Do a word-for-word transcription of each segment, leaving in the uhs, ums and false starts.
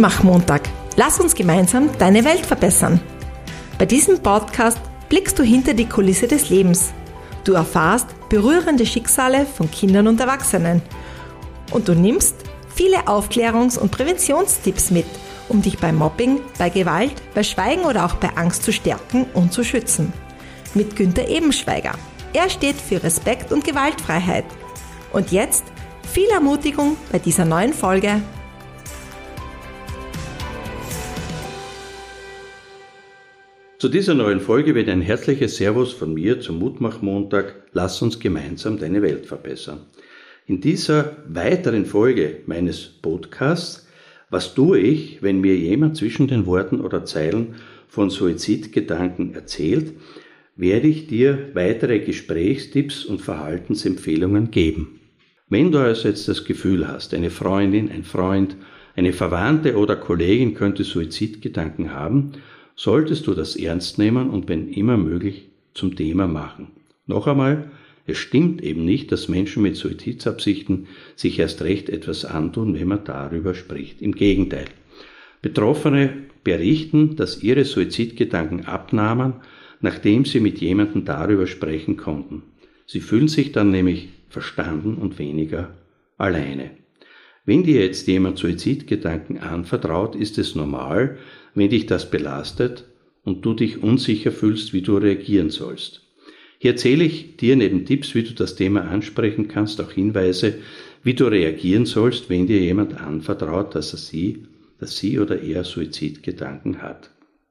Mutmach-Montag. Lass uns gemeinsam deine Welt verbessern. Bei diesem Podcast blickst du hinter die Kulisse des Lebens. Du erfährst berührende Schicksale von Kindern und Erwachsenen. Und du nimmst viele Aufklärungs- und Präventionstipps mit, um dich bei Mobbing, bei Gewalt, bei Schweigen oder auch bei Angst zu stärken und zu schützen. Mit Günther Ebenschweiger. Er steht für Respekt und Gewaltfreiheit. Und jetzt viel Ermutigung bei dieser neuen Folge. Zu dieser neuen Folge wird ein herzliches Servus von mir zum Mutmach-Montag. Lass uns gemeinsam deine Welt verbessern. In dieser weiteren Folge meines Podcasts, was tue ich, wenn mir jemand zwischen den Worten oder Zeilen von Suizidgedanken erzählt, werde ich dir weitere Gesprächstipps und Verhaltensempfehlungen geben. Wenn du also jetzt das Gefühl hast, eine Freundin, ein Freund, eine Verwandte oder Kollegin könnte Suizidgedanken haben, solltest du das ernst nehmen und wenn immer möglich zum Thema machen. Noch einmal, es stimmt eben nicht, dass Menschen mit Suizidabsichten sich erst recht etwas antun, wenn man darüber spricht. Im Gegenteil. Betroffene berichten, dass ihre Suizidgedanken abnahmen, nachdem sie mit jemandem darüber sprechen konnten. Sie fühlen sich dann nämlich verstanden und weniger alleine. Wenn dir jetzt jemand Suizidgedanken anvertraut, ist es normal, wenn dich das belastet und du dich unsicher fühlst, wie du reagieren sollst. Hier erzähle ich dir neben Tipps, wie du das Thema ansprechen kannst, auch Hinweise, wie du reagieren sollst, wenn dir jemand anvertraut, dass er sie, dass sie oder er Suizidgedanken hat.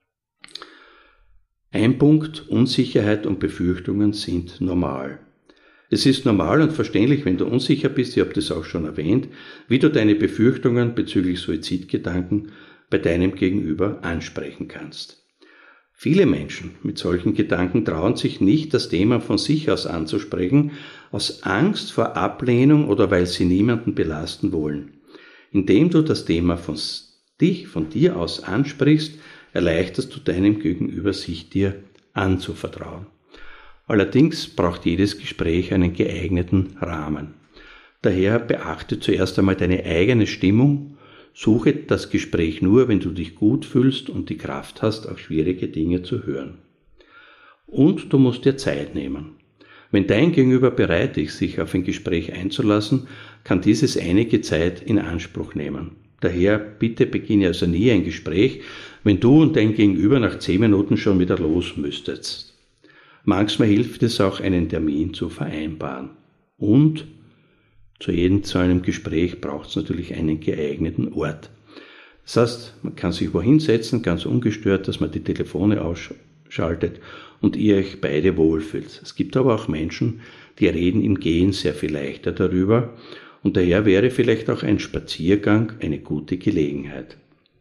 Ein Punkt, Unsicherheit und Befürchtungen sind normal. Es ist normal und verständlich, wenn du unsicher bist, ich habe das auch schon erwähnt, wie du deine Befürchtungen bezüglich Suizidgedanken bei deinem Gegenüber ansprechen kannst. Viele Menschen mit solchen Gedanken trauen sich nicht, das Thema von sich aus anzusprechen, aus Angst vor Ablehnung oder weil sie niemanden belasten wollen. Indem du das Thema von dich, von dir aus ansprichst, erleichterst du deinem Gegenüber, sich dir anzuvertrauen. Allerdings braucht jedes Gespräch einen geeigneten Rahmen. Daher beachte zuerst einmal deine eigene Stimmung, suche das Gespräch nur, wenn du dich gut fühlst und die Kraft hast, auch schwierige Dinge zu hören. Und du musst dir Zeit nehmen. Wenn dein Gegenüber bereit ist, sich auf ein Gespräch einzulassen, kann dieses einige Zeit in Anspruch nehmen. Daher bitte beginne also nie ein Gespräch, wenn du und dein Gegenüber nach zehn Minuten schon wieder los müsstet. Manchmal hilft es auch, einen Termin zu vereinbaren. Und zu jedem zu einem Gespräch braucht es natürlich einen geeigneten Ort. Das heißt, man kann sich wohin setzen, ganz ungestört, dass man die Telefone ausschaltet und ihr euch beide wohlfühlt. Es gibt aber auch Menschen, die reden im Gehen sehr viel leichter darüber. Und daher wäre vielleicht auch ein Spaziergang eine gute Gelegenheit.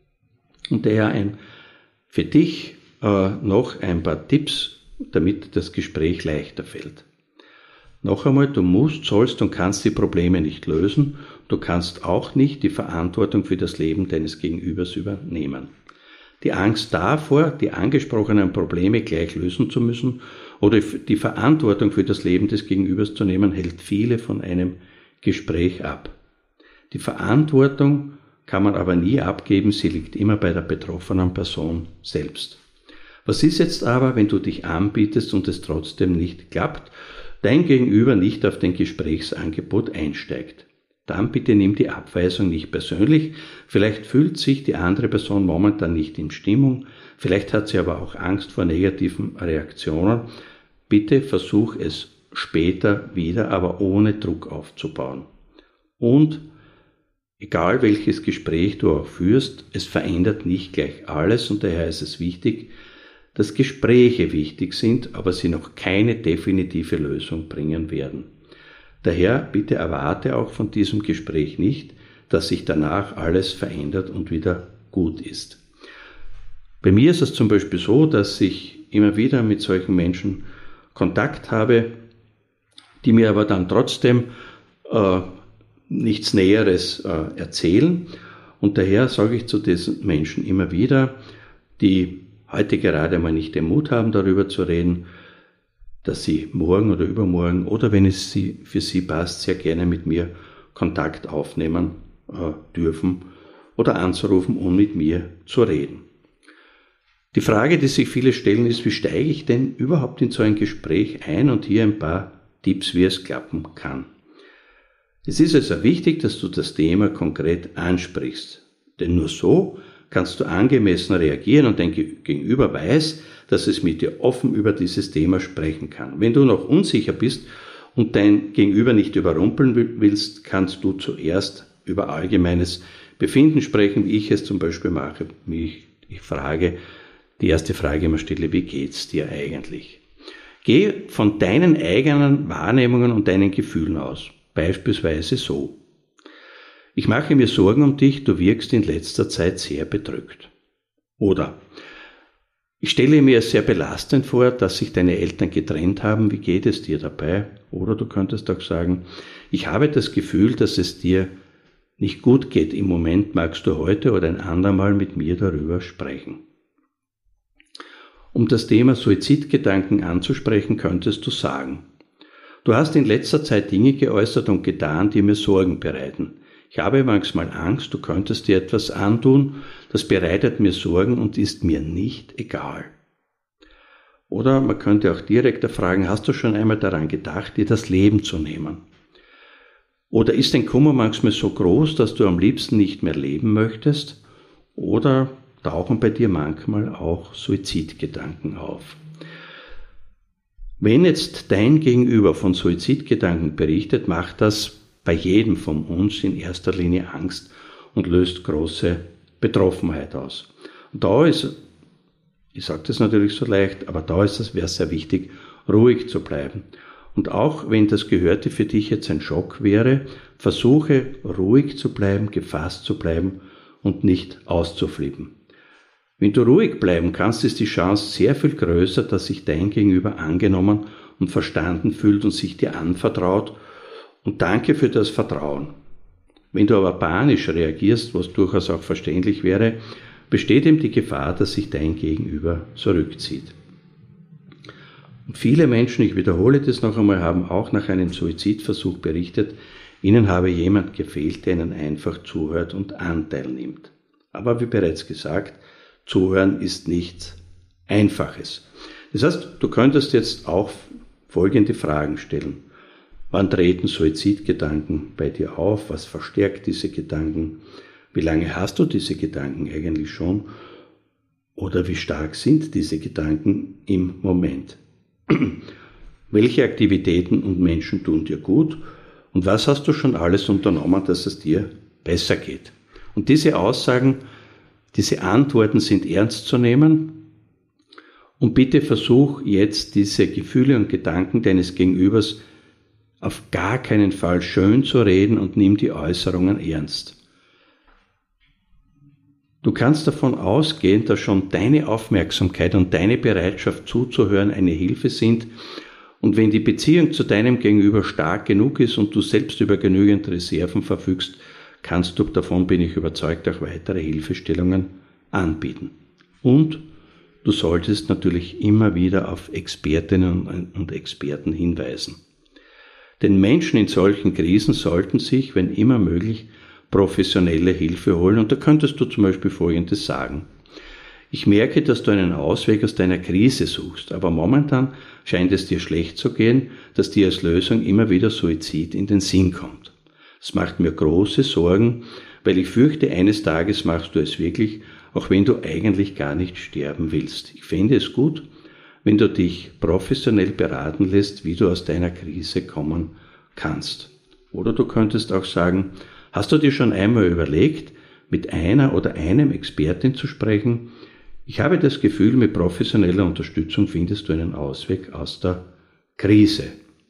Und daher ein, für dich äh, noch ein paar Tipps, damit das Gespräch leichter fällt. Noch einmal, du musst, sollst und kannst die Probleme nicht lösen. Du kannst auch nicht die Verantwortung für das Leben deines Gegenübers übernehmen. Die Angst davor, die angesprochenen Probleme gleich lösen zu müssen oder die Verantwortung für das Leben des Gegenübers zu nehmen, hält viele von einem Gespräch ab. Die Verantwortung kann man aber nie abgeben, sie liegt immer bei der betroffenen Person selbst. Was ist jetzt aber, wenn du dich anbietest und es trotzdem nicht klappt, dein Gegenüber nicht auf dein Gesprächsangebot einsteigt? Dann bitte nimm die Abweisung nicht persönlich, vielleicht fühlt sich die andere Person momentan nicht in Stimmung, vielleicht hat sie aber auch Angst vor negativen Reaktionen. Bitte versuch es später wieder, aber ohne Druck aufzubauen. Und egal welches Gespräch du auch führst, es verändert nicht gleich alles und daher ist es wichtig, dass Gespräche wichtig sind, aber sie noch keine definitive Lösung bringen werden. Daher bitte erwarte auch von diesem Gespräch nicht, dass sich danach alles verändert und wieder gut ist. Bei mir ist es zum Beispiel so, dass ich immer wieder mit solchen Menschen Kontakt habe, die mir aber dann trotzdem äh, nichts Näheres äh, erzählen. Und daher sage ich zu diesen Menschen immer wieder, die heute gerade mal nicht den Mut haben, darüber zu reden, dass sie morgen oder übermorgen oder wenn es sie, für sie passt, sehr gerne mit mir Kontakt aufnehmen äh, dürfen oder anzurufen, um mit mir zu reden. Die Frage, die sich viele stellen, ist, wie steige ich denn überhaupt in so ein Gespräch ein, und hier ein paar Tipps, wie es klappen kann. Es ist also wichtig, dass du das Thema konkret ansprichst, denn nur so kannst du angemessen reagieren und dein Gegenüber weiß, dass es mit dir offen über dieses Thema sprechen kann. Wenn du noch unsicher bist und dein Gegenüber nicht überrumpeln willst, kannst du zuerst über allgemeines Befinden sprechen, wie ich es zum Beispiel mache. Ich, ich frage, die erste Frage immer stelle, wie geht's dir eigentlich? Geh von deinen eigenen Wahrnehmungen und deinen Gefühlen aus. Beispielsweise so: Ich mache mir Sorgen um dich, du wirkst in letzter Zeit sehr bedrückt. Oder: Ich stelle mir es sehr belastend vor, dass sich deine Eltern getrennt haben, wie geht es dir dabei? Oder du könntest auch sagen: Ich habe das Gefühl, dass es dir nicht gut geht. Im Moment magst du heute oder ein andermal mit mir darüber sprechen. Um das Thema Suizidgedanken anzusprechen, könntest du sagen: Du hast in letzter Zeit Dinge geäußert und getan, die mir Sorgen bereiten. Ich habe manchmal Angst, du könntest dir etwas antun, das bereitet mir Sorgen und ist mir nicht egal. Oder man könnte auch direkter fragen: Hast du schon einmal daran gedacht, dir das Leben zu nehmen? Oder ist dein Kummer manchmal so groß, dass du am liebsten nicht mehr leben möchtest? Oder tauchen bei dir manchmal auch Suizidgedanken auf? Wenn jetzt dein Gegenüber von Suizidgedanken berichtet, macht das bei jedem von uns in erster Linie Angst und löst große Betroffenheit aus. Und da ist, ich sage das natürlich so leicht, aber da ist es, wäre es sehr wichtig, ruhig zu bleiben. Und auch wenn das Gehörte für dich jetzt ein Schock wäre, versuche ruhig zu bleiben, gefasst zu bleiben und nicht auszuflippen. Wenn du ruhig bleiben kannst, ist die Chance sehr viel größer, dass sich dein Gegenüber angenommen und verstanden fühlt und sich dir anvertraut. Und danke für das Vertrauen. Wenn du aber panisch reagierst, was durchaus auch verständlich wäre, besteht eben die Gefahr, dass sich dein Gegenüber zurückzieht. Und viele Menschen, ich wiederhole das noch einmal, haben auch nach einem Suizidversuch berichtet, ihnen habe jemand gefehlt, der ihnen einfach zuhört und Anteil nimmt. Aber wie bereits gesagt, Zuhören ist nichts Einfaches. Das heißt, du könntest jetzt auch folgende Fragen stellen. Wann treten Suizidgedanken bei dir auf? Was verstärkt diese Gedanken? Wie lange hast du diese Gedanken eigentlich schon? Oder wie stark sind diese Gedanken im Moment? Welche Aktivitäten und Menschen tun dir gut? Und was hast du schon alles unternommen, dass es dir besser geht? Und diese Aussagen, diese Antworten sind ernst zu nehmen. Und bitte versuch jetzt, diese Gefühle und Gedanken deines Gegenübers auf gar keinen Fall schön zu reden und nimm die Äußerungen ernst. Du kannst davon ausgehen, dass schon deine Aufmerksamkeit und deine Bereitschaft zuzuhören eine Hilfe sind, und wenn die Beziehung zu deinem Gegenüber stark genug ist und du selbst über genügend Reserven verfügst, kannst du, davon bin ich überzeugt, auch weitere Hilfestellungen anbieten. Und du solltest natürlich immer wieder auf Expertinnen und Experten hinweisen. Denn Menschen in solchen Krisen sollten sich, wenn immer möglich, professionelle Hilfe holen. Und da könntest du zum Beispiel Folgendes sagen: Ich merke, dass du einen Ausweg aus deiner Krise suchst, aber momentan scheint es dir schlecht zu gehen, dass dir als Lösung immer wieder Suizid in den Sinn kommt. Es macht mir große Sorgen, weil ich fürchte, eines Tages machst du es wirklich, auch wenn du eigentlich gar nicht sterben willst. Ich fände es gut, wenn du dich professionell beraten lässt, wie du aus deiner Krise kommen kannst. Oder du könntest auch sagen: Hast du dir schon einmal überlegt, mit einer oder einem Expertin zu sprechen? Ich habe das Gefühl, mit professioneller Unterstützung findest du einen Ausweg aus der Krise.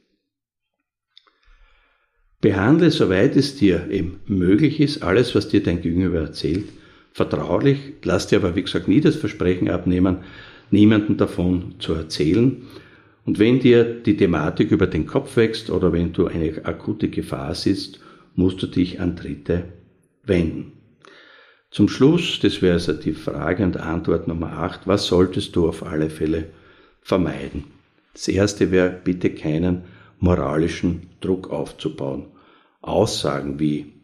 Behandle, soweit es dir eben möglich ist, alles, was dir dein Gegenüber erzählt, vertraulich. Lass dir aber, wie gesagt, nie das Versprechen abnehmen, niemandem davon zu erzählen. Und wenn dir die Thematik über den Kopf wächst oder wenn du eine akute Gefahr siehst, musst du dich an Dritte wenden. Zum Schluss, das wäre also die Frage und Antwort Nummer acht, was solltest du auf alle Fälle vermeiden? Das erste wäre, bitte keinen moralischen Druck aufzubauen. Aussagen wie: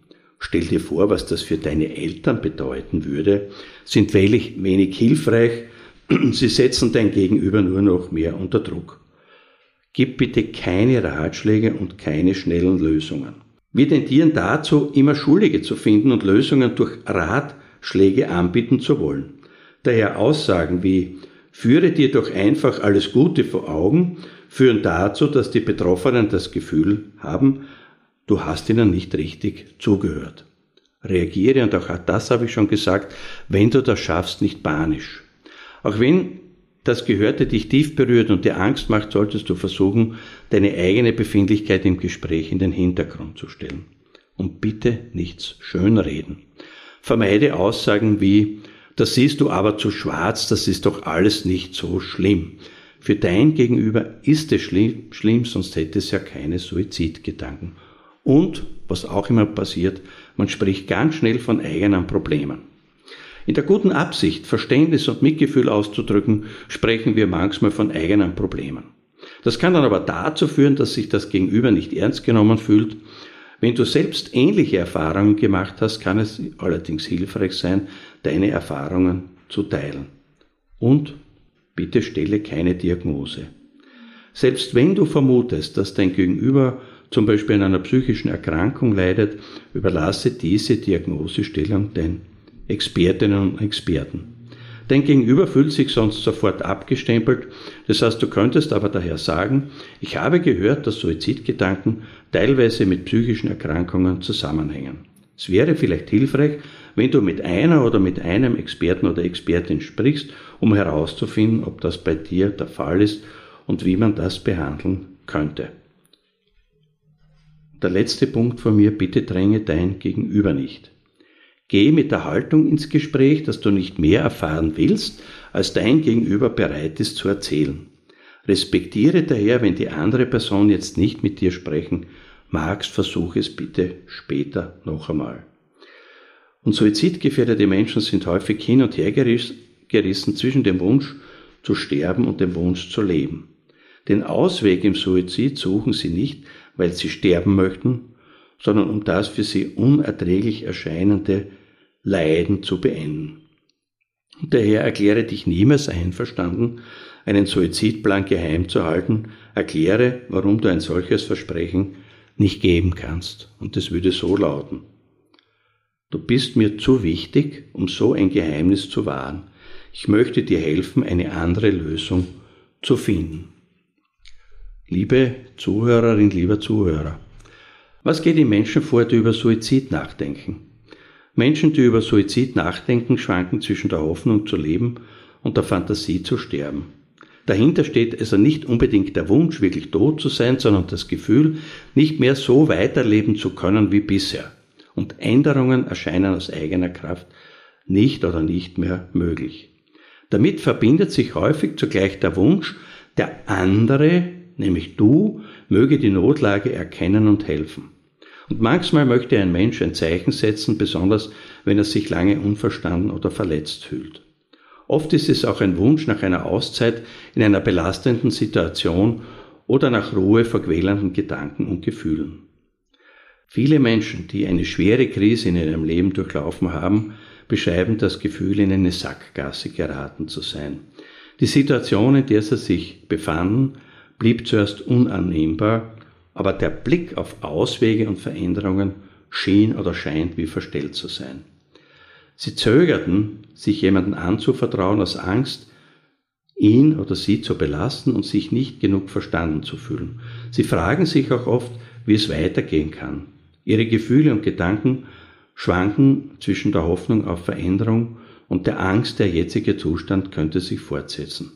stell dir vor, was das für deine Eltern bedeuten würde, sind wenig, wenig hilfreich. Sie setzen dein Gegenüber nur noch mehr unter Druck. Gib bitte keine Ratschläge und keine schnellen Lösungen. Wir tendieren dazu, immer Schuldige zu finden und Lösungen durch Ratschläge anbieten zu wollen. Daher Aussagen wie „Führe dir doch einfach alles Gute vor Augen“ führen dazu, dass die Betroffenen das Gefühl haben, du hast ihnen nicht richtig zugehört. Reagiere, und auch das habe ich schon gesagt, wenn du das schaffst, nicht panisch. Auch wenn das Gehörte dich tief berührt und dir Angst macht, solltest du versuchen, deine eigene Befindlichkeit im Gespräch in den Hintergrund zu stellen. Und bitte nichts schönreden. Vermeide Aussagen wie, das siehst du aber zu schwarz, das ist doch alles nicht so schlimm. Für dein Gegenüber ist es schlimm, schlimm, sonst hätte es ja keine Suizidgedanken. Und, was auch immer passiert, man spricht ganz schnell von eigenen Problemen. In der guten Absicht, Verständnis und Mitgefühl auszudrücken, sprechen wir manchmal von eigenen Problemen. Das kann dann aber dazu führen, dass sich das Gegenüber nicht ernst genommen fühlt. Wenn du selbst ähnliche Erfahrungen gemacht hast, kann es allerdings hilfreich sein, deine Erfahrungen zu teilen. Und bitte stelle keine Diagnose. Selbst wenn du vermutest, dass dein Gegenüber zum Beispiel an einer psychischen Erkrankung leidet, überlasse diese Diagnosestellung den Expertinnen und Experten. Dein Gegenüber fühlt sich sonst sofort abgestempelt, das heißt, du könntest aber daher sagen, ich habe gehört, dass Suizidgedanken teilweise mit psychischen Erkrankungen zusammenhängen. Es wäre vielleicht hilfreich, wenn du mit einer oder mit einem Experten oder Expertin sprichst, um herauszufinden, ob das bei dir der Fall ist und wie man das behandeln könnte. Der letzte Punkt von mir, bitte dränge dein Gegenüber nicht. Geh mit der Haltung ins Gespräch, dass du nicht mehr erfahren willst, als dein Gegenüber bereit ist zu erzählen. Respektiere daher, wenn die andere Person jetzt nicht mit dir sprechen magst, versuche es bitte später noch einmal. Und suizidgefährdete Menschen sind häufig hin und her gerissen zwischen dem Wunsch zu sterben und dem Wunsch zu leben. Den Ausweg im Suizid suchen sie nicht, weil sie sterben möchten, sondern um das für sie unerträglich erscheinende Leiden zu beenden. Und daher erkläre dich niemals einverstanden, einen Suizidplan geheim zu halten, erkläre, warum du ein solches Versprechen nicht geben kannst. Und es würde so lauten: Du bist mir zu wichtig, um so ein Geheimnis zu wahren. Ich möchte dir helfen, eine andere Lösung zu finden. Liebe Zuhörerin, lieber Zuhörer, was geht in Menschen vor, die über Suizid nachdenken? Menschen, die über Suizid nachdenken, schwanken zwischen der Hoffnung zu leben und der Fantasie zu sterben. Dahinter steht also nicht unbedingt der Wunsch, wirklich tot zu sein, sondern das Gefühl, nicht mehr so weiterleben zu können wie bisher. Und Änderungen erscheinen aus eigener Kraft nicht oder nicht mehr möglich. Damit verbindet sich häufig zugleich der Wunsch, der andere, nämlich du, möge die Notlage erkennen und helfen. Und manchmal möchte ein Mensch ein Zeichen setzen, besonders wenn er sich lange unverstanden oder verletzt fühlt. Oft ist es auch ein Wunsch nach einer Auszeit in einer belastenden Situation oder nach Ruhe vor quälenden Gedanken und Gefühlen. Viele Menschen, die eine schwere Krise in ihrem Leben durchlaufen haben, beschreiben das Gefühl, in eine Sackgasse geraten zu sein. Die Situation, in der sie sich befanden, blieb zuerst unannehmbar, aber der Blick auf Auswege und Veränderungen schien oder scheint wie verstellt zu sein. Sie zögerten, sich jemandem anzuvertrauen aus Angst, ihn oder sie zu belasten und sich nicht genug verstanden zu fühlen. Sie fragen sich auch oft, wie es weitergehen kann. Ihre Gefühle und Gedanken schwanken zwischen der Hoffnung auf Veränderung und der Angst, der jetzige Zustand könnte sich fortsetzen.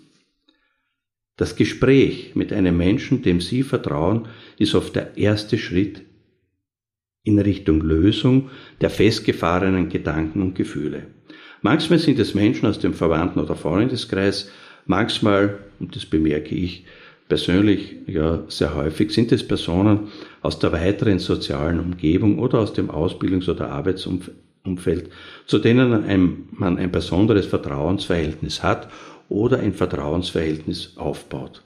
Das Gespräch mit einem Menschen, dem Sie vertrauen, ist oft der erste Schritt in Richtung Lösung der festgefahrenen Gedanken und Gefühle. Manchmal sind es Menschen aus dem Verwandten- oder Freundeskreis, manchmal, und das bemerke ich persönlich ja sehr häufig, sind es Personen aus der weiteren sozialen Umgebung oder aus dem Ausbildungs- oder Arbeitsumfeld, zu denen man ein besonderes Vertrauensverhältnis hat oder ein Vertrauensverhältnis aufbaut.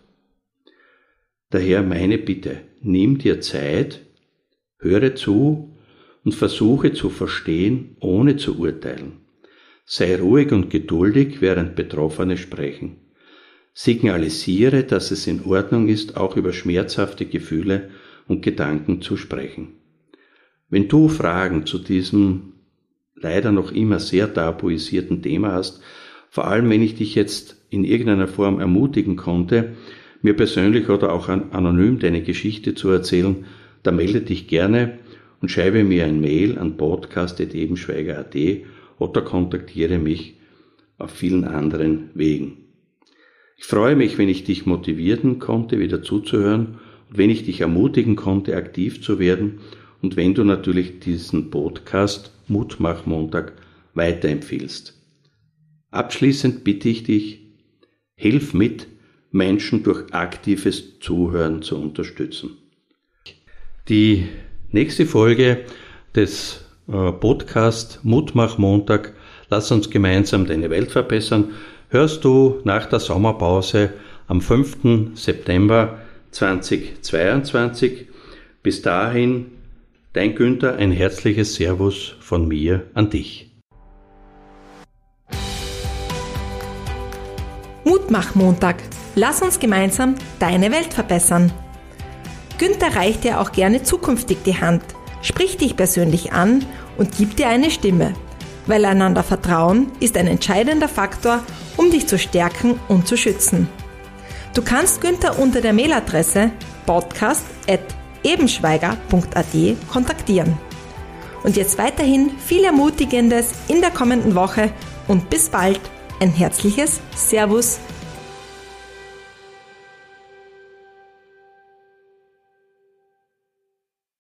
Daher meine Bitte, nimm dir Zeit, höre zu und versuche zu verstehen, ohne zu urteilen. Sei ruhig und geduldig, während Betroffene sprechen. Signalisiere, dass es in Ordnung ist, auch über schmerzhafte Gefühle und Gedanken zu sprechen. Wenn du Fragen zu diesem leider noch immer sehr tabuisierten Thema hast, vor allem wenn ich dich jetzt in irgendeiner Form ermutigen konnte, mir persönlich oder auch anonym deine Geschichte zu erzählen, dann melde dich gerne und schreibe mir ein Mail an podcast at ebenschweiger punkt at oder kontaktiere mich auf vielen anderen Wegen. Ich freue mich, wenn ich dich motivieren konnte, wieder zuzuhören und wenn ich dich ermutigen konnte, aktiv zu werden und wenn du natürlich diesen Podcast Mutmach-Montag weiterempfiehlst. Abschließend bitte ich dich, hilf mit, Menschen durch aktives Zuhören zu unterstützen. Die nächste Folge des äh, Podcast Mutmach-Montag, lass uns gemeinsam deine Welt verbessern, hörst du nach der Sommerpause am fünften September zweitausendzweiundzwanzig. Bis dahin, dein Günther, ein herzliches Servus von mir an dich. Mutmach-Montag. Lass uns gemeinsam deine Welt verbessern. Günther reicht dir auch gerne zukünftig die Hand, spricht dich persönlich an und gibt dir eine Stimme, weil einander Vertrauen ist ein entscheidender Faktor, um dich zu stärken und zu schützen. Du kannst Günther unter der Mailadresse podcast at ebenschweiger punkt at kontaktieren. Und jetzt weiterhin viel Ermutigendes in der kommenden Woche und bis bald. Ein herzliches Servus.